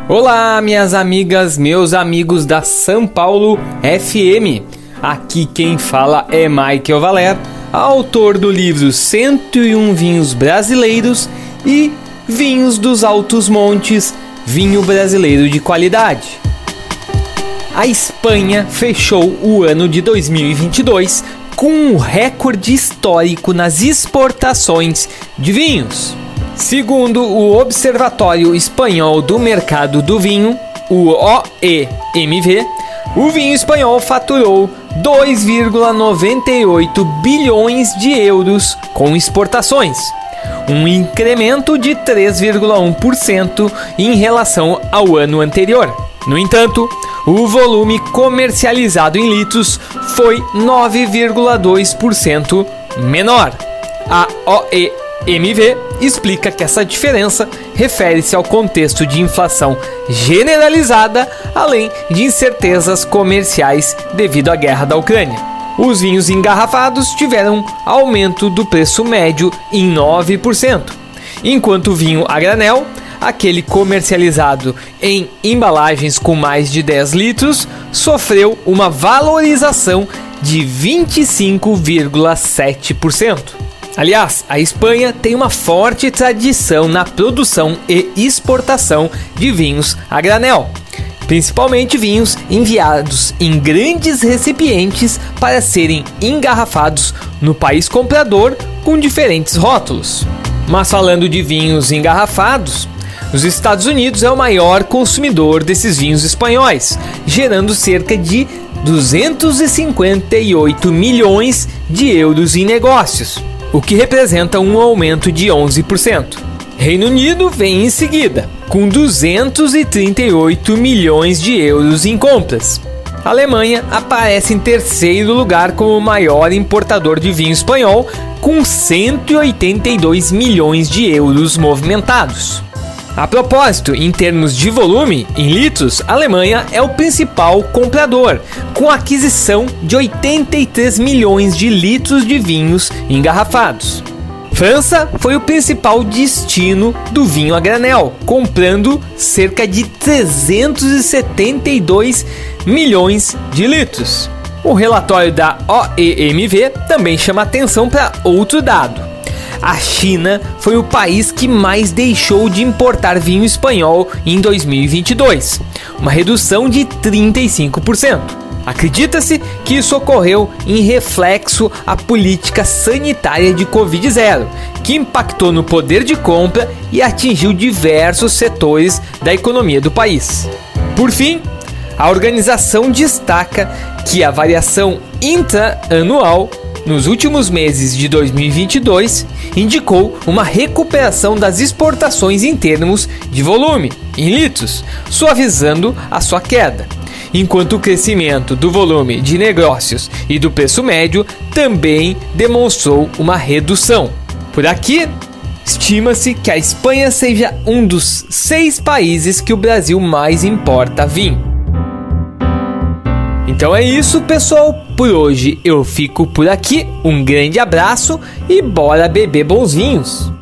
Olá, minhas amigas, meus amigos da São Paulo FM. Aqui quem fala é Michael Valer, autor do livro 101 Vinhos Brasileiros e Vinhos dos Altos Montes, vinho brasileiro de qualidade. A Espanha fechou o ano de 2022 com um recorde histórico nas exportações de vinhos. Segundo o Observatório Espanhol do Mercado do Vinho, o OEMV, o vinho espanhol faturou 2,98 bilhões de euros com exportações, um incremento de 3,1% em relação ao ano anterior. No entanto, o volume comercializado em litros foi 9,2% menor. A OEMV explica que essa diferença refere-se ao contexto de inflação generalizada, além de incertezas comerciais devido à guerra da Ucrânia. Os vinhos engarrafados tiveram aumento do preço médio em 9%, enquanto o vinho a granel, aquele comercializado em embalagens com mais de 10 litros, sofreu uma valorização de 25,7%. Aliás, a Espanha tem uma forte tradição na produção e exportação de vinhos a granel, principalmente vinhos enviados em grandes recipientes para serem engarrafados no país comprador com diferentes rótulos. Mas falando de vinhos engarrafados, os Estados Unidos é o maior consumidor desses vinhos espanhóis, gerando cerca de 258 milhões de euros em negócios, o que representa um aumento de 11%. Reino Unido vem em seguida, com 238 milhões de euros em compras. A Alemanha aparece em terceiro lugar como o maior importador de vinho espanhol, com 182 milhões de euros movimentados. A propósito, em termos de volume, em litros, a Alemanha é o principal comprador, com a aquisição de 83 milhões de litros de vinhos engarrafados. França foi o principal destino do vinho a granel, comprando cerca de 372 milhões de litros. O relatório da OEMV também chama atenção para outro dado. A China foi o país que mais deixou de importar vinho espanhol em 2022, uma redução de 35%. Acredita-se que isso ocorreu em reflexo à política sanitária de Covid-0, que impactou no poder de compra e atingiu diversos setores da economia do país. Por fim, a organização destaca que a variação intra-anual nos últimos meses de 2022 indicou uma recuperação das exportações em termos de volume, em litros, suavizando a sua queda, enquanto o crescimento do volume de negócios e do preço médio também demonstrou uma redução. Por aqui, estima-se que a Espanha seja um dos 6 países que o Brasil mais importa vinho. Então é isso, pessoal. Por hoje eu fico por aqui. Um grande abraço e bora beber bons vinhos!